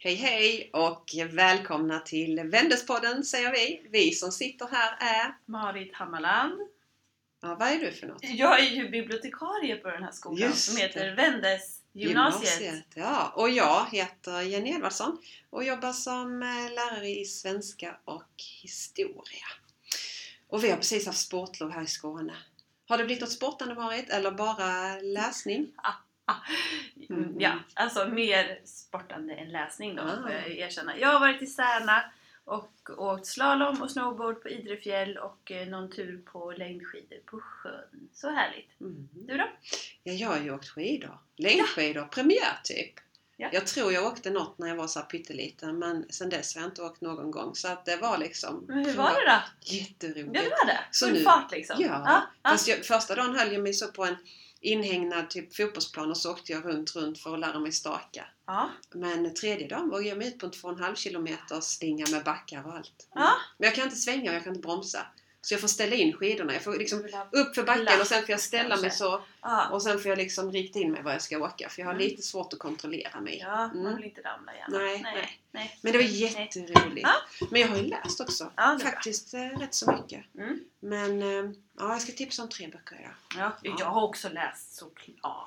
Hej hej och välkomna till Vändespodden säger vi. Vi som sitter här är Marit Hammarland. Ja, vad är du för något? Jag är ju bibliotekarie på den här skolan. Just som heter det. Vendesgymnasiet. Ja, och jag heter Jenny Edvardsson och jobbar som lärare i svenska och historia. Och vi har precis haft sportlov här i Skåne. Har det blivit något sportande Marit eller bara läsning? Ja, alltså mer sportande än läsning då, får jag erkänna. Jag har varit i Särna och åkt slalom och snowboard på Idrefjäll och någon tur på längdskidor på sjön. Så härligt. Du då? Ja, jag har ju åkt skidor. Längdskidor, premiär typ. Ja. Jag tror jag åkte något när jag var så här pytteliten, men sen dess har jag inte åkt någon gång. Så att det var liksom... Men hur var det då? Jätteroligt. Ja, det var det. Så Full nu, fart liksom. Ja. Fast första dagen höll jag mig så på en inhägnad typ fotbollsplan och så åkte jag runt för att lära mig staka. Ja. Men tredje dagen var jag med ut på en 2,5 kilometer slinga med backar och allt. Ja. Men jag kan inte svänga och jag kan inte bromsa. Så jag får ställa in skidorna. Jag får liksom upp för backen och sen får jag ställa mig så. Och sen får jag liksom rikta in mig vad jag ska åka. För jag har lite svårt att kontrollera mig. Ja, man vill inte ramla gärna. Nej. Men det var jätteroligt. Ja. Men jag har ju läst också. Ja, faktiskt rätt så mycket. Men jag ska tipsa om 3 böcker idag. Ja, jag har också läst såklart.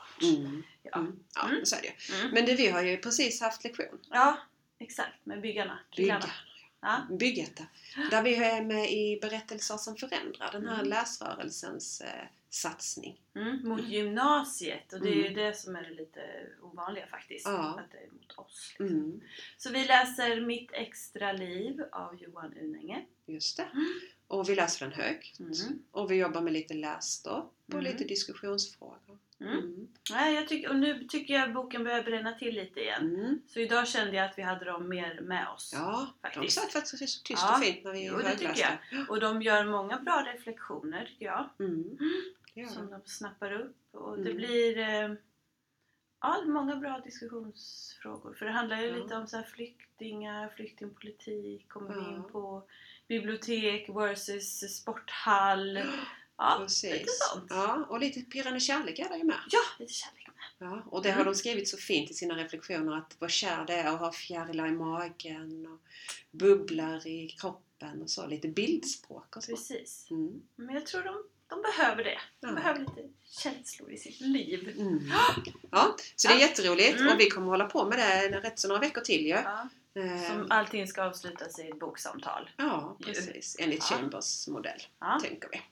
Så är det. Men vi har ju precis haft lektion. Ja, exakt. Med killarna. Byggetta. Där vi är med i Berättelser som förändrar. Den här läsrörelsens satsning. Mot gymnasiet. Och det är ju det som är lite ovanliga faktiskt. Att det är mot oss. Liksom. Så vi läser Mitt extra liv av Johan Unänge. Just det. Och vi läser den högt. Och vi jobbar med lite lässtopp och lite diskussionsfrågor. Nej, nu tycker jag boken börjar bränna till lite igen. Så idag kände jag att vi hade dem mer med oss. Ja, faktiskt. De satt faktiskt så tyst och fint när vi högläste. Det tycker jag. Och de gör många bra reflektioner tycker jag. Som de snappar upp. Och det blir många bra diskussionsfrågor. För det handlar ju lite om så här flyktingpolitik. Kommer vi in på bibliotek versus sporthall. Ja, precis. Lite sånt. Ja, och lite pirrande kärlek är det ju med. Ja, lite kärlek med. Ja, och det har de skrivit så fint i sina reflektioner att vad kär det är att ha fjärilar i magen och bubblar i kroppen och så. Lite bildspråk och så. Precis. Men jag tror de behöver det. De behöver lite känslor i sitt liv. Ja, så det är jätteroligt och vi kommer hålla på med det rätt så några veckor till ju. Ja. Som allting ska avslutas i ett boksamtal. Ja, precis. Enligt Chambers modell, tänker vi.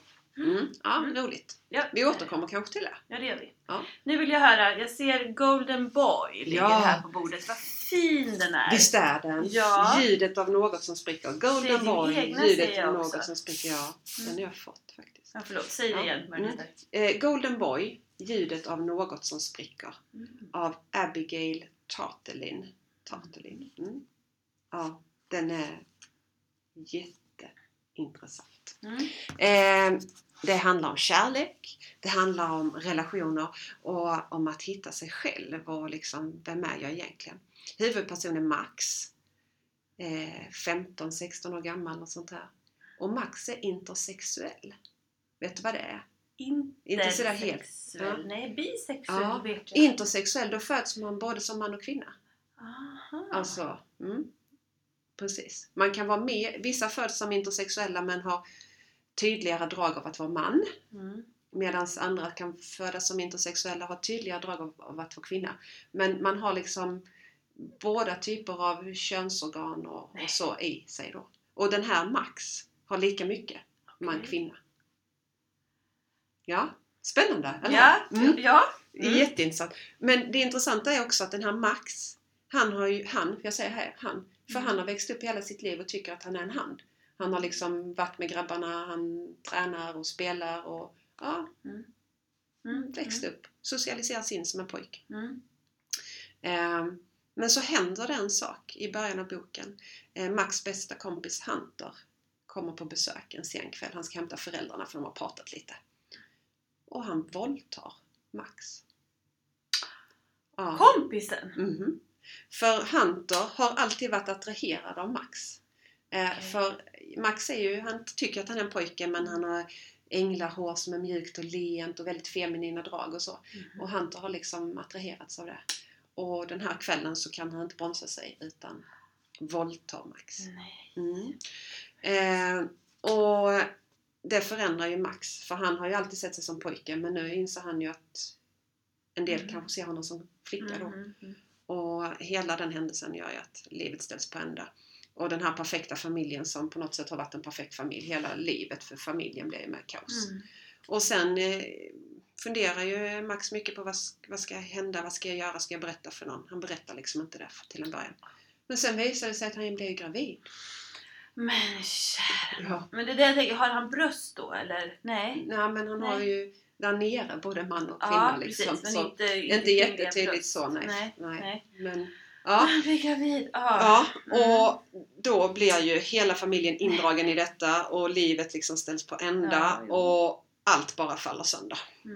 Roligt. Ja. Vi återkommer kanske till det. Ja, det gör vi. Ja. Nu vill jag höra, jag ser Golden Boy ligger här på bordet. Vad fin den är. Visst är den. Ja. Ljudet av något som spricker. Golden Boy, ljudet av något som spricker. Ja, den har jag fått faktiskt. Ja, förlåt. Säg det igen. Golden Boy, ljudet av något som spricker. Av Abigail Tartelin. Ja, den är jätteintressant. Det handlar om kärlek, det handlar om relationer och om att hitta sig själv och liksom, vem är jag egentligen? Huvudpersonen Max, 15-16 år gammal och sånt här. Och Max är intersexuell. Vet du vad det är? Inte sådär helt. Nej, bisexuell vet jag. Intersexuell, då föds man både som man och kvinna. Aha. Alltså, precis. Man kan vara med, vissa föds som intersexuella men har tydligare drag av att vara man. Medan andra kan födas som intersexuella och ha tydligare drag av att vara kvinna. Men man har liksom båda typer av könsorgan och så i sig då. Och den här Max har lika mycket man-kvinna. Ja, spännande, eller? Ja. Jätteintressant. Men det intressanta är också att den här Max, han har växt upp hela sitt liv och tycker att han är en han. Han har liksom varit med grabbarna, han tränar och spelar och växt upp. Socialiseras in som en pojk. Men så händer det en sak i början av boken. Max bästa kompis Hunter kommer på besök en sen kväll. Han ska hämta föräldrarna för de har pratat lite. Och han våldtar Max. Ja. Kompisen? För Hunter har alltid varit attraherad av Max. För Max är ju, han tycker att han är en pojke men han har änglahår som är mjukt och lent och väldigt feminina drag och så. Och Hunter har liksom attraherats av det. Och den här kvällen så kan han inte bromsa sig utan våldtar Max. Och det förändrar ju Max. För han har ju alltid sett sig som pojke. Men nu inser han ju att en del kanske ser honom som flicka då. Och hela den händelsen gör ju att livet ställs på ända. Och den här perfekta familjen som på något sätt har varit en perfekt familj. Hela livet för familjen blir ju med kaos. Och sen funderar ju Max mycket på vad ska hända, vad ska jag göra, ska jag berätta för någon? Han berättar liksom inte det till en början. Men sen visar det sig att han blir gravid. Men kära. Men det är det jag tänker, har han bröst då eller? Nej. Nej, men han har ju där nere både man och kvinna liksom. Precis, så inte jättetydligt så, nej. Men han blir gravid. Och då blir ju hela familjen indragen i detta och livet liksom ställs på ända och allt bara faller sönder.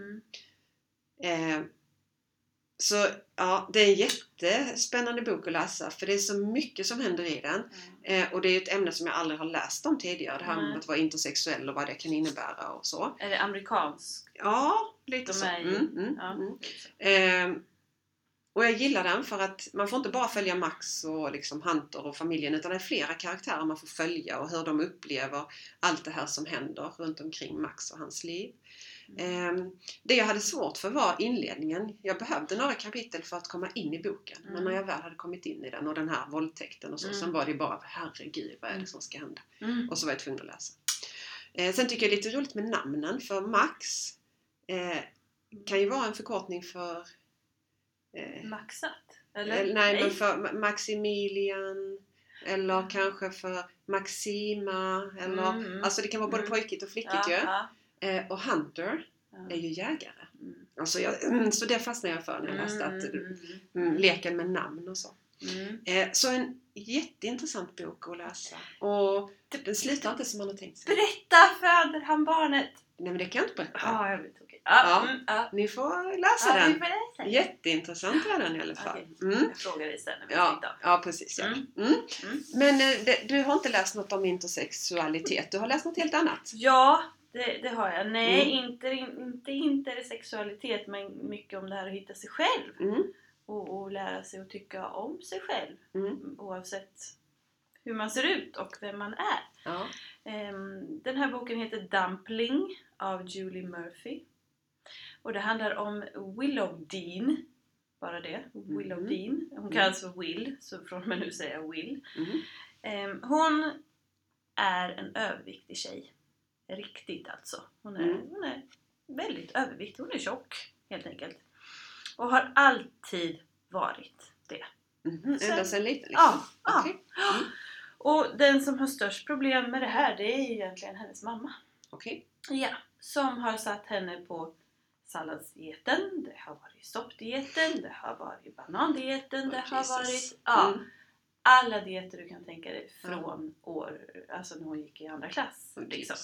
Så ja, det är en jättespännande bok att läsa för det är så mycket som händer i den. Och det är ett ämne som jag aldrig har läst om tidigare. Det här med att vara intersexuell och vad det kan innebära och så. Är det amerikanskt? Ja, lite så. Och jag gillar den för att man får inte bara följa Max och liksom Hunter och familjen utan det är flera karaktärer man får följa och hur de upplever allt det här som händer runt omkring Max och hans liv. Det jag hade svårt för var inledningen. Jag behövde några kapitel för att komma in i boken. Men när jag väl hade kommit in i den och den här våldtäkten och så, sen var det bara herregud, vad är det som ska hända? Och så var jag tvungen att läsa. Sen tycker jag det är lite roligt med namnen för Max kan ju vara en förkortning för Maxat? Eller? Nej, men för Maximilian eller kanske för Maxima eller, alltså det kan vara både pojkigt och flickigt ju. Och Hunter är ju jägare. Alltså så det fastnade jag för när jag läste att leken med namn och så. Så en jätteintressant bok att läsa. Och den slutar inte som man har tänkt sig. Berätta, föder han barnet? Nej, men det kan jag inte berätta. Jag blir tokig. Ni får läsa den. Jätteintressant är den i alla fall. Jag frågar dig sen när vi ja, precis. Men du har inte läst något om intersexualitet. Du har läst något helt annat. Ja, det har jag. Nej, inte intersexualitet, men mycket om det här att hitta sig själv. Och lära sig att tycka om sig själv. Oavsett hur man ser ut och vem man är. Den här boken heter Dumpling av Julie Murphy. Och det handlar om Willow Dean. Bara det. Willow Dean. Hon kallas för Will. Så från mig nu säger jag Will. Hon är en överviktig tjej. Riktigt alltså. Hon är väldigt överviktig. Hon är tjock helt enkelt. Och har alltid varit det. Ända sedan liten liksom? Ja. Och den som har störst problem med det här, det är egentligen hennes mamma. Ja, som har satt henne på salladsdieten, det har varit soppdieten, det har varit banandieten, det har varit alla dieter du kan tänka dig från år, alltså när hon gick i andra klass. Liksom.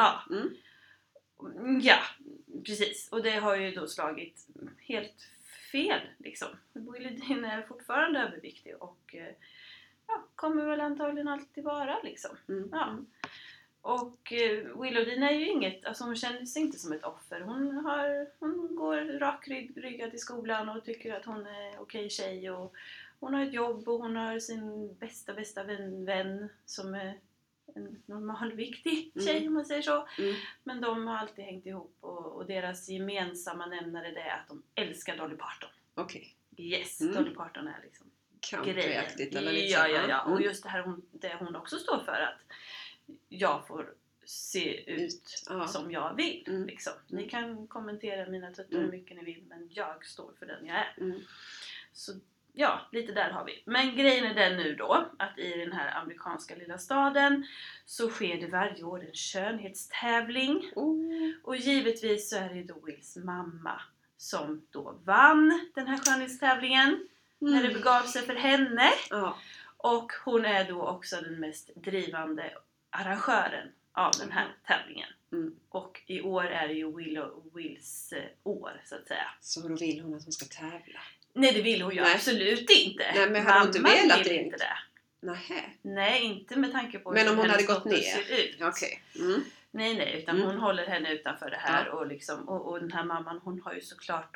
Ja, precis. Och det har ju då slagit helt fel liksom. Willow Dean är fortfarande överviktig och kommer väl antagligen alltid vara liksom. Och Willow Dean är ju inget, alltså hon känner sig inte som ett offer. Hon går rakryggad i skolan och tycker att hon är okej tjej och hon har ett jobb och hon har sin bästa vän som är en normalviktig tjej om man säger så. Men de har alltid hängt ihop och deras gemensamma nämnare det är att de älskar Dolly Parton. Yes, Dolly Parton är liksom grejen. Eller lite ja. Och just det här det hon också står för att jag får se ut som jag vill. Liksom. Ni kan kommentera mina tuttar hur mycket ni vill men jag står för den jag är. Så ja, lite där har vi. Men grejen är den nu då att i den här amerikanska lilla staden så sker det varje år en skönhetstävling. Och givetvis så är det då Wills mamma som då vann den här skönhetstävlingen när det begav sig för henne. Och hon är då också den mest drivande arrangören av den här tävlingen. Och i år är det ju Wills år så att säga. Så då vill hon att hon ska tävla? Nej, det vill hon ju absolut inte. Nej, men hade hon inte velat det? Inte det. Nej, inte med tanke på men hur om hon hade hennes gått ner? Ser ut. Nej, utan hon håller henne utanför det här och, liksom, och den här mamman, hon har ju såklart då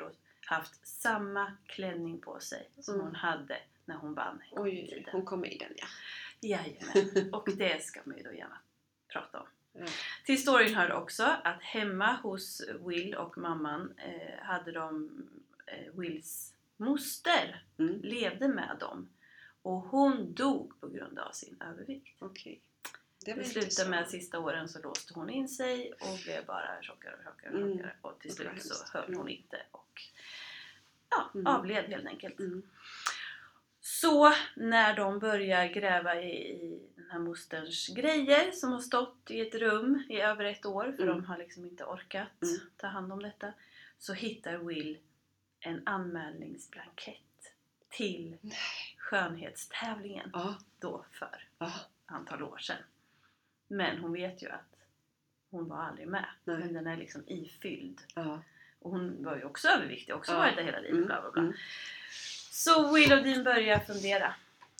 haft samma klänning på sig som hon hade när hon vann en gång i tiden. Hon kom i den, ja. Jajamän. Och det ska man ju då gärna prata om. Ja. Till storyn hör också att hemma hos Will och mamman hade de Wills moster levde med dem. Och hon dog på grund av sin övervikt. Okej. Det slutade med att sista åren så låste hon in sig och blev bara tjockare. Och till slut så höll hon inte och avled helt enkelt. Så när de börjar gräva i den här mosterns grejer som har stått i ett rum i över 1 år, för de har liksom inte orkat ta hand om detta, så hittar Will en anmälningsblankett till skönhetstävlingen då för antal år sedan. Men hon vet ju att hon var aldrig med. Men den är liksom ifylld. Och hon var ju också överviktig, också varit där hela livet. Bla bla bla. Så Will och Dean börjar fundera.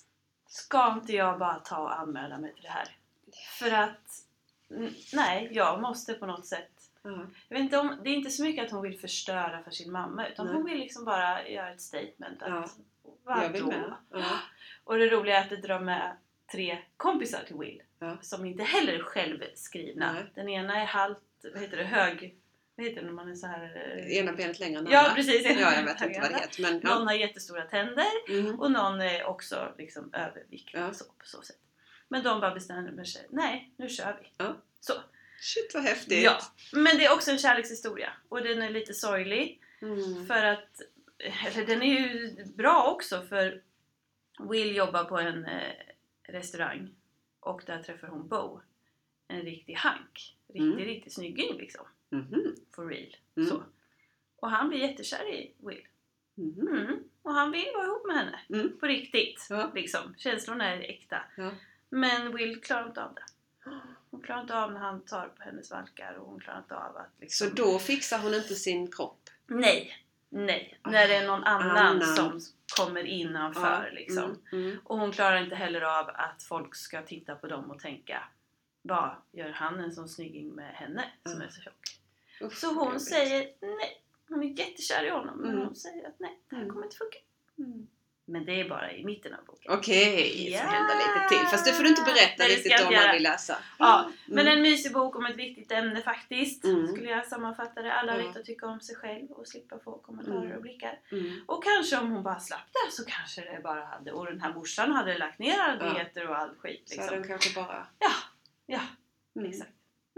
Ska inte jag bara ta och anmäla mig till det här? För att nej, jag måste på något sätt. Jag vet inte om, det är inte så mycket att hon vill förstöra för sin mamma, utan hon vill liksom bara göra ett statement att jag vill med. Och det roliga är att det drar med 3 kompisar till Will som inte heller är självskrivna. Den ena är halvt, vad heter det när man är så här... Ena benet längre än andra. Ja, precis. Jag vet inte vad det heter. Men, någon har jättestora tänder och någon är också liksom överviktig på så sätt. Men de bara bestämmer sig, nej, nu kör vi. Så. Shit, vad häftigt. Ja, men det är också en kärlekshistoria. Och den är lite sorglig. För att, eller den är ju bra också, för Will jobbar på en restaurang. Och där träffar hon Bo. En riktig hank. Riktigt snygging liksom. For real. Så. Och han blir jättekär i Will. Och han vill vara ihop med henne. På riktigt. Liksom. Känslorna är äkta. Men Will klarar inte av det. Hon klarar inte av när han tar på hennes valkar. Och hon klarar inte av att liksom... Så då fixar hon inte sin kropp? Nej. När det är någon annan som kommer innanför liksom. Och hon klarar inte heller av att folk ska titta på dem och tänka, vad gör han en sån snygging med henne som är så tjock? Så hon säger nej. Hon är jättekär i honom, men hon säger att nej, det här kommer inte funka. Men det är bara i mitten av boken. Okej, så händer lite till. Fast det får du inte berätta riktigt om man vill läsa. Ja, men en mysig bok om ett viktigt ämne faktiskt. Skulle jag sammanfatta det. Alla har rätt att tycka om sig själv och slippa få kommentarer och blickar. Och kanske om hon bara slapp det, så kanske det bara hade... Och den här morsan hade lagt ner alla dieter och all skit. Liksom. Så den kanske bara... Ja, exakt.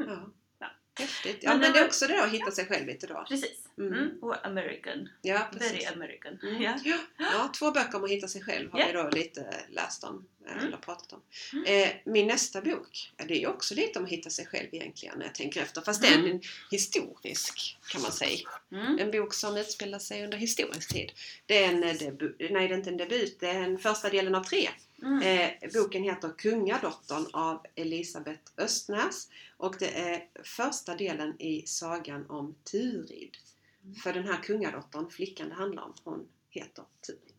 Häftigt. Ja, men det är också det då, att hitta sig själv lite då. Precis. Och American. Ja, precis. Very American. Ja, 2 böcker om att hitta sig själv har vi då lite läst om. Eller pratat om. Min nästa bok, det är ju också lite om att hitta sig själv egentligen när jag tänker efter. Fast det är en historisk, kan man säga. En bok som utspelar sig under historisk tid. Det är en debut, nej det är inte en debut, det är den första delen av 3. Boken heter Kungadottern av Elisabeth Östnäs. Och det är första delen i sagan om Turid. För den här kungadottern, flickan det handlar om, hon heter Turid.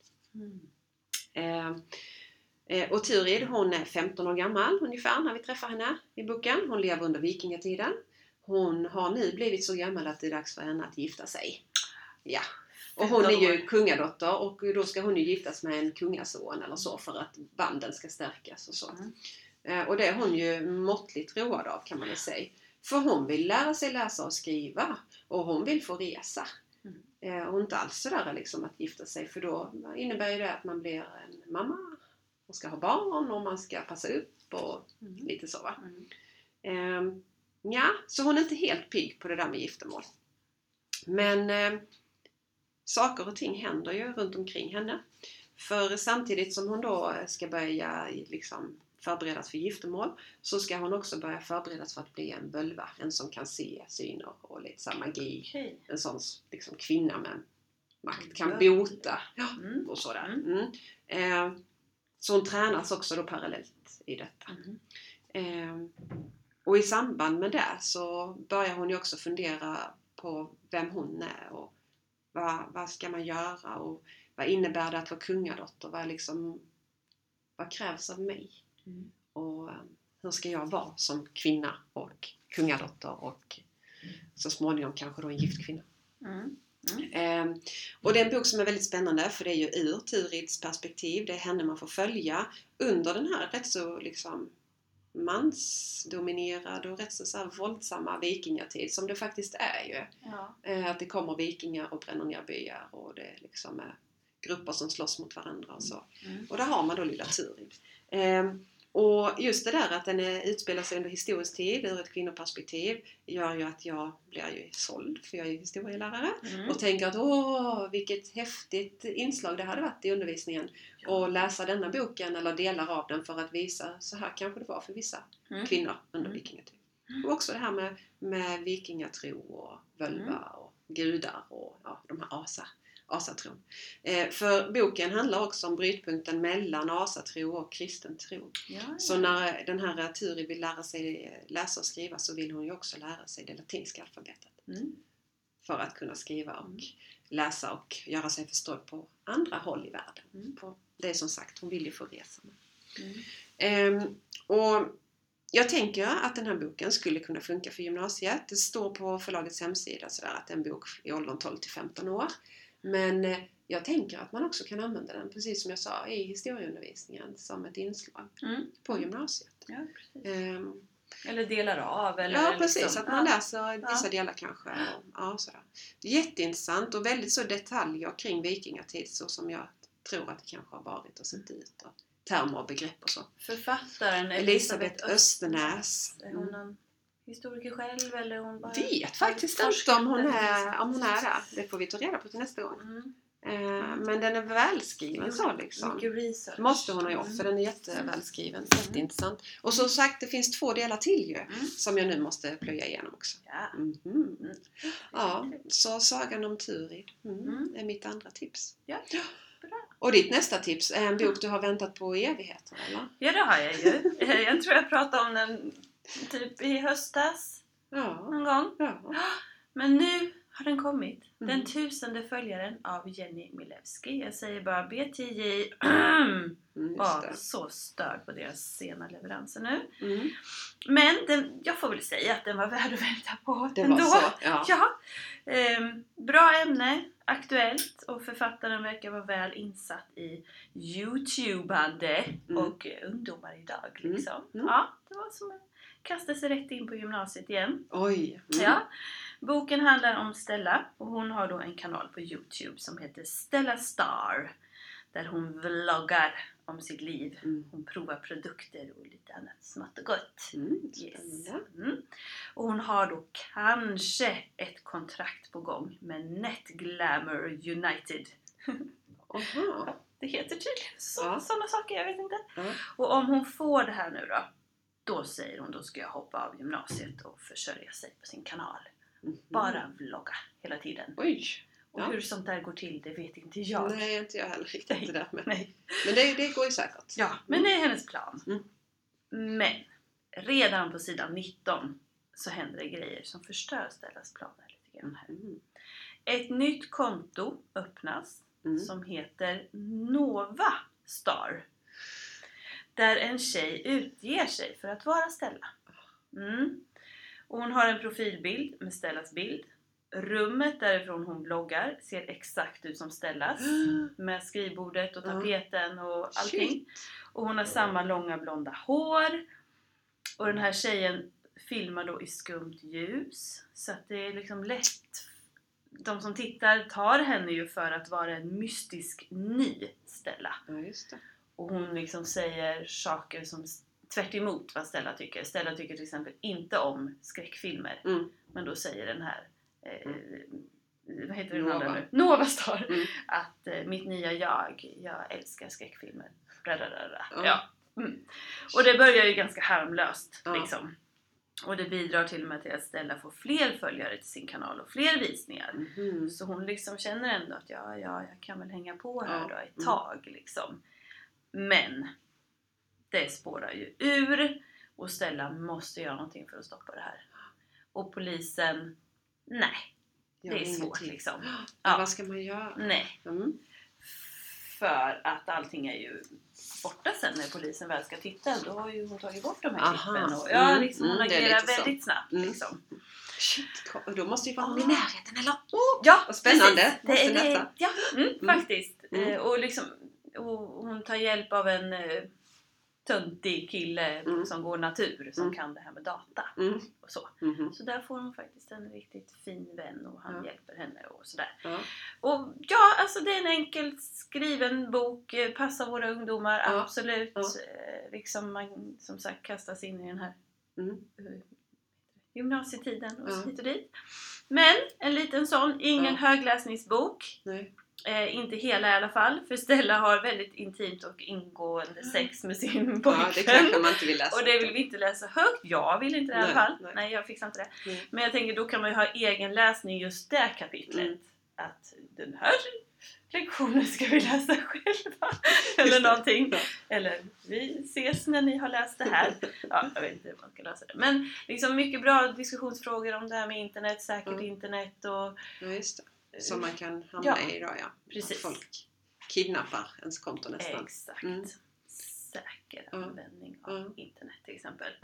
Och Turid, hon är 15 år gammal ungefär när vi träffar henne i boken. Hon lever under vikingatiden. Hon har nu blivit så gammal att det är dags för henne att gifta sig. Ja. Och hon är ju kungadotter och då ska hon ju giftas med en kungason eller så för att banden ska stärkas och så. Och det är hon ju måttligt road av, kan man väl säga. För hon vill lära sig läsa och skriva och hon vill få resa. Och inte alls sådär liksom att gifta sig, för då innebär ju det att man blir en mamma och ska ha barn och man ska passa upp och lite så va. Ja, så hon är inte helt pigg på det där med giftermål. Men saker och ting händer ju runt omkring henne. För samtidigt som hon då ska börja liksom förberedas för giftermål, så ska hon också börja förberedas för att bli en völva. En som kan se syner och lite så magi. Okay. En sån liksom kvinna med makt, kan bota och sådär. Så hon tränas också då parallellt i detta. Och i samband med det så börjar hon ju också fundera på vem hon är och vad ska man göra och vad innebär det att vara kungadotter? Vad krävs av mig? Och hur ska jag vara som kvinna och kungadotter och så småningom kanske då en gift kvinna. Och det är en bok som är väldigt spännande, för det är ju ur Turids perspektiv. Det är henne man får följa under den här rätt så liksom mansdominerad och rätt så här våldsamma vikingatid som det faktiskt är ju. Ja. Att det kommer vikingar och bränner ner byar och det liksom är grupper som slåss mot varandra och så. Och där har man då lilla Turid. Och just det där att den utspelar sig under historisk tid ur ett kvinnoperspektiv gör ju att jag blir ju såld, för jag är ju historielärare, och tänker att vilket häftigt inslag det hade varit i undervisningen och läsa denna boken eller delar av den för att visa så här kanske det var för vissa kvinnor under vikingatid. Och också det här med vikingatro och völva och gudar och de här asatron. För boken handlar också om brytpunkten mellan asatro och kristen tro. Ja. Så när den här Turid vill lära sig läsa och skriva så vill hon ju också lära sig det latinska alfabetet. För att kunna skriva och läsa och göra sig förstådd på andra håll i världen. Det är som sagt, hon vill ju få resa med. Och jag tänker att den här boken skulle kunna funka för gymnasiet. Det står på förlagets hemsida sådär, att det är en bok i åldern 12-15 år. Men jag tänker att man också kan använda den, precis som jag sa, i historieundervisningen som ett inslag på gymnasiet. Ja, precis. Eller delar av. Eller ja, precis. liksom. Att man läser vissa delar kanske. Och, sådär. Jätteintressant och väldigt så detaljer kring vikingatid så som jag tror att det kanske har varit och sett ut. Och termer och begrepp och så. Författaren Elisabeth Östernäs. Är hon någon historiker själv eller hon bara... Vet faktiskt inte om hon är där. Det får vi ta reda på till nästa gång. Men den är välskriven så liksom. Mycket research. Måste hon ha gjort, för den är jättevälskriven. Jätteintressant. Och som sagt, det finns 2 delar till ju. Som jag nu måste plöja igenom också. Ja, så Sagan om Turid är mitt andra tips. Ja, bra. Och ditt nästa tips är en bok du har väntat på i evigheter, eller? Ja, det har jag ju. Jag tror jag pratade om den typ i höstas. Någon gång. Ja. Men nu har den kommit. Den 1000:e följaren av Jenny Milewski. Jag säger bara BTJ. Så störd på deras sena leveranser nu. Men jag får väl säga att den var värd att vänta på. Det var så, ja. Bra ämne, aktuellt, och författaren verkar vara väl insatt i YouTubande och ungdomar idag liksom. Ja, det var som att kasta sig rätt in på gymnasiet igen. Oj. Ja. Boken handlar om Stella och hon har då en kanal på YouTube som heter Stella Star, där hon vloggar om sitt liv. Hon provar produkter och lite annat smått och gott. Yes. Och hon har då kanske ett kontrakt på gång med NetGlamour United. Aha. Det heter tydligen sådana saker, jag vet inte. Och om hon får det här nu då säger hon, då ska jag hoppa av gymnasiet och försörja sig på sin kanal. Bara vlogga hela tiden. Oj. Och hur sånt där går till, det vet inte jag. Nej, inte jag heller riktigt det där. Men Nej. det går ju säkert. Ja, men det är hennes plan. Men redan på sidan 19 så händer det grejer som förstör Stellas planer lite grann här. Ett nytt konto öppnas som heter Nova Star. Där en tjej utger sig för att vara Stella. Och hon har en profilbild med Stellas bild. Rummet därifrån hon vloggar ser exakt ut som Stellas. Med skrivbordet och tapeten och allting. Shit. Och hon har samma långa blonda hår. Och den här tjejen filmar då i skumt ljus. Så att det är liksom lätt. De som tittar tar henne ju för att vara en mystisk ny Stella. Ja, just det. Och hon liksom säger saker som tvärt emot vad Stella tycker. Stella tycker till exempel inte om skräckfilmer. Men då säger den här vad heter den andra nu? Nova Star. Att mitt nya jag älskar skräckfilmer. Ja. Och det börjar ju ganska harmlöst liksom. Och det bidrar till och med till att Stella får fler följare till sin kanal och fler visningar. Så hon liksom känner ändå att jag kan väl hänga på här då ett tag liksom. Men det spårar ju ur och Stella måste göra någonting för att stoppa det här. Och polisen, nej, det är svårt liksom. Vad ska man göra? Nej. för att allting är ju borta sen när polisen väl ska titta. Då har ju hon tagit bort de här klippen. Och liksom, hon agerar väldigt snabbt. Liksom. Shit, då måste ju vara i närheten, eller? Ja, vad spännande. Faktiskt. Och liksom, och hon tar hjälp av en töntig kille som går natur, som kan det här med data och så. Så där får hon faktiskt en riktigt fin vän och han hjälper henne och sådär. Och ja, alltså det är en enkelt skriven bok, passar våra ungdomar, absolut. Liksom man som sagt kastas in i den här gymnasietiden och hit och dit. Men en liten sån, ingen högläsningsbok. Nej. Inte hela i alla fall, för Stella har väldigt intimt och ingående sex med sin pojkvän. Ja, det kanske man inte vill läsa. Och det vill vi inte läsa högt. Jag vill inte det i alla fall. Nej, jag fixar inte det. Nej. Men jag tänker, då kan man ju ha egen läsning just det kapitlet. Att den här lektionen ska vi läsa själva. Eller någonting. Ja. Eller vi ses när ni har läst det här. Ja, jag vet inte hur man ska lösa det. Men liksom mycket bra diskussionsfrågor om det här med internet, säkert internet och... Ja, just det. Som man kan hamna i idag, precis. Att folk kidnappar ens konto nästan. Exakt. Säker användning av internet till exempel.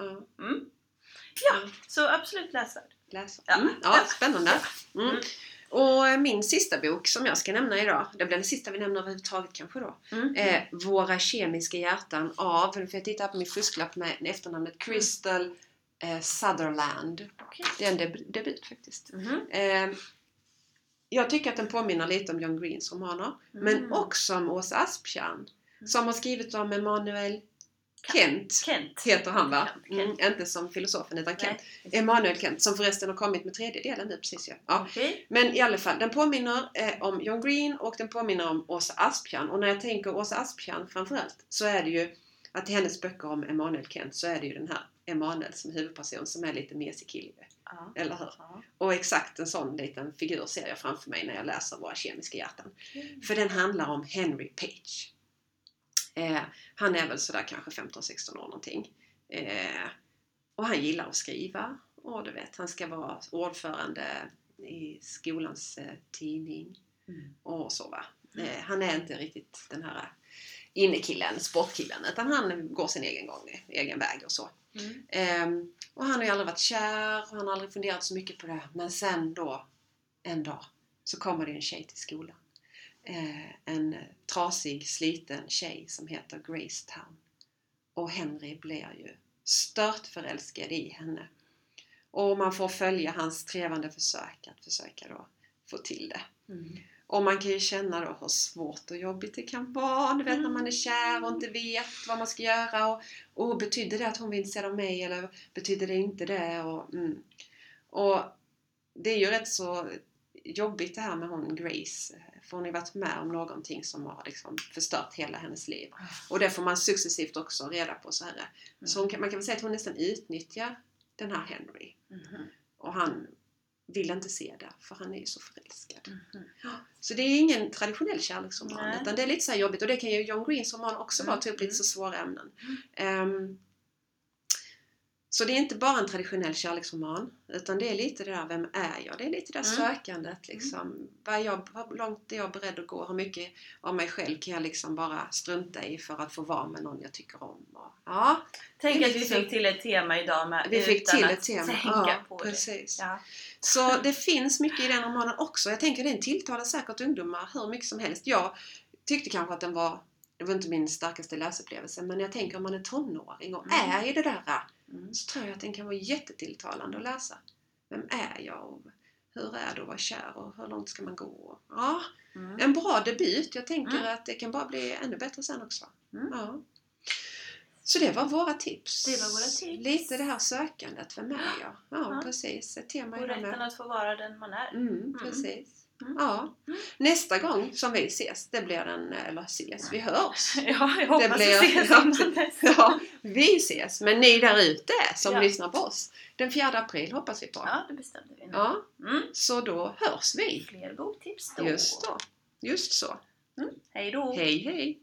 Så absolut läsvärd. Ja, spännande. Och min sista bok som jag ska nämna idag, det blir den sista vi nämner överhuvudtaget kanske då, är Våra kemiska hjärtan av, för jag tittar på min fusklapp med efternamnet Crystal Sutherland. Okay. Det är en debut faktiskt. Jag tycker att den påminner lite om John Greens romaner. Men också om Åsa Asptjärn. Som har skrivit om Emanuel Kent. Heter han, va? Inte som filosofen utan Kent. Emanuel Kent, som förresten har kommit med 3:e delen nu precis. Ja. Okay. Men i alla fall, den påminner om John Green och den påminner om Åsa Asptjärn. Och när jag tänker Åsa Asptjärn framförallt, så är det ju att i hennes böcker om Emanuel Kent så är det ju den här Emanuel som huvudperson som är lite mesig kille. Eller hur? Och exakt en sån liten figur ser jag framför mig när jag läser Våra kemiska hjärtan. För den handlar om Henry Page. Han är väl sådär kanske 15-16 år någonting. Och han gillar att skriva. Och du vet, han ska vara ordförande i skolans tidning. Och så, va. Han är inte riktigt den här innekillen, sportkillen, utan han går sin egen gång, egen väg och så. Och han har ju aldrig varit kär och han har aldrig funderat så mycket på det. Men sen då, en dag, så kommer det en tjej till skolan. En trasig, sliten tjej som heter Grace Town. Och Henry blir ju stört förälskad i henne. Och man får följa hans trevande försök att försöka då få till det. Och man kan ju känna då hur svårt och jobbigt det kan vara. Du vet när man är kär och inte vet vad man ska göra. Och betyder det att hon vill se av mig eller betyder det inte det? Och det är ju rätt så jobbigt det här med hon Grace. För hon har varit med om någonting som har liksom förstört hela hennes liv. Och det får man successivt också reda på så här. Så man kan väl säga att hon nästan utnyttjar den här Henry. Och han vill inte se det, för han är ju så förälskad. Så det är ingen traditionell kärleksroman, utan det är lite så här jobbigt. Och det kan ju John Greens roman också vara, typ lite så svåra ämnen. Så det är inte bara en traditionell kärleksroman, utan det är lite det där, vem är jag? Det är lite det där sökandet liksom. Hur långt är jag beredd att gå? Hur mycket av mig själv kan jag liksom bara strunta i för att få vara med någon jag tycker om? Tänk att vi fick till ett tema idag med vi fick till ett tema. Tänka på precis. det. Ja. Så det finns mycket i den romanen också. Jag tänker den tilltalar säkert ungdomar hur mycket som helst. Jag tyckte kanske att det var inte min starkaste läsupplevelse, men jag tänker om man är tonåring och är i det där, så tror jag att den kan vara jättetilltalande att läsa. Vem är jag? Och hur är det att vara kär? Och hur långt ska man gå? En bra debut. Jag tänker att det kan bara bli ännu bättre sen också. Ja. Så det var våra tips. Lite det här sökandet. Vem är jag? Ja, precis. Ett tema och rätten att få vara den man är. Precis. Ja. Nästa gång som vi ses, det blir vi hörs. Ja, jag hoppas vi ses. Ja, vi ses. Men ni där ute som lyssnar på oss, den 4 april hoppas vi på. Ja, det bestämde vi nu. Ja, så då hörs vi. Fler boktips då. Just så. Hej då. Hej.